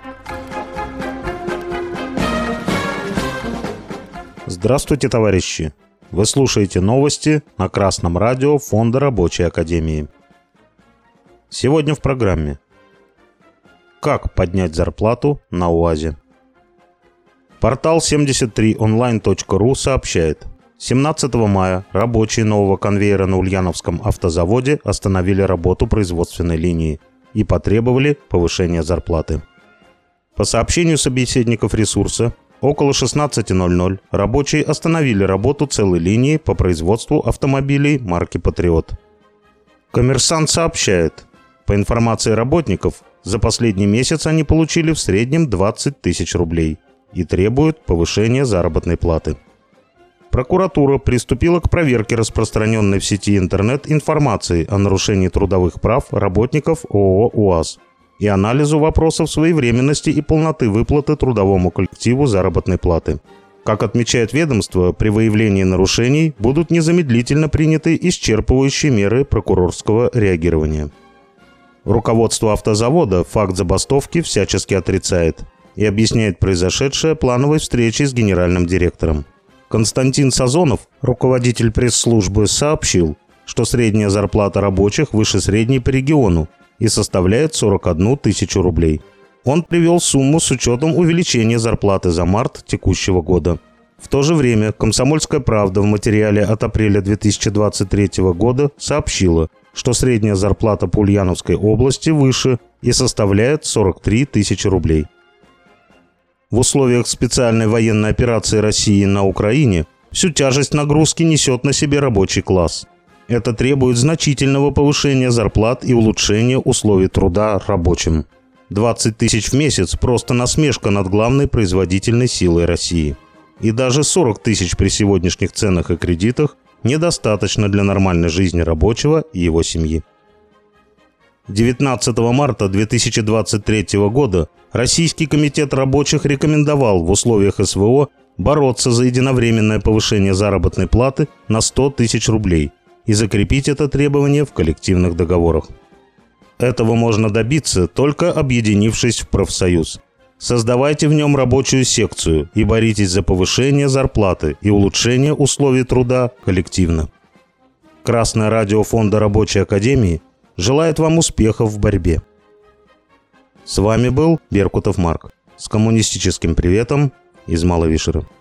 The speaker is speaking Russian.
Здравствуйте, товарищи! Вы слушаете новости на Красном радио Фонда Рабочей Академии. Сегодня в программе: как поднять зарплату на УАЗе? Портал 73online.ru сообщает: 17 мая рабочие нового конвейера на Ульяновском автозаводе остановили работу производственной линии и потребовали повышения зарплаты. По сообщению собеседников ресурса, около 16:00 рабочие остановили работу целой линии по производству автомобилей марки «Патриот». Коммерсант сообщает: по информации работников, за последний месяц они получили в среднем 20 тысяч рублей и требуют повышения заработной платы. Прокуратура приступила к проверке распространенной в сети интернет информации о нарушении трудовых прав работников ООО «УАЗ» и анализу вопросов своевременности и полноты выплаты трудовому коллективу заработной платы. Как отмечает ведомство, при выявлении нарушений будут незамедлительно приняты исчерпывающие меры прокурорского реагирования. Руководство автозавода факт забастовки всячески отрицает и объясняет произошедшее плановой встречей с генеральным директором. Константин Сазонов, руководитель пресс-службы, сообщил, что средняя зарплата рабочих выше средней по региону и составляет 41 тысячу рублей. Он привел сумму с учетом увеличения зарплаты за март текущего года. В то же время «Комсомольская правда» в материале от апреля 2023 года сообщила, что средняя зарплата по Ульяновской области выше и составляет 43 тысячи рублей. В условиях специальной военной операции России на Украине всю тяжесть нагрузки несет на себе рабочий класс. Это требует значительного повышения зарплат и улучшения условий труда рабочим. 20 тысяч в месяц – просто насмешка над главной производительной силой России. И даже 40 тысяч при сегодняшних ценах и кредитах недостаточно для нормальной жизни рабочего и его семьи. 19 марта 2023 года Российский комитет рабочих рекомендовал в условиях СВО бороться за единовременное повышение заработной платы на 100 тысяч рублей и закрепить это требование в коллективных договорах. Этого можно добиться, только объединившись в профсоюз. Создавайте в нем рабочую секцию и боритесь за повышение зарплаты и улучшение условий труда коллективно. Красное радио Фонда Рабочей Академии желает вам успехов в борьбе. С вами был Беркутов Марк с коммунистическим приветом из Маловишера.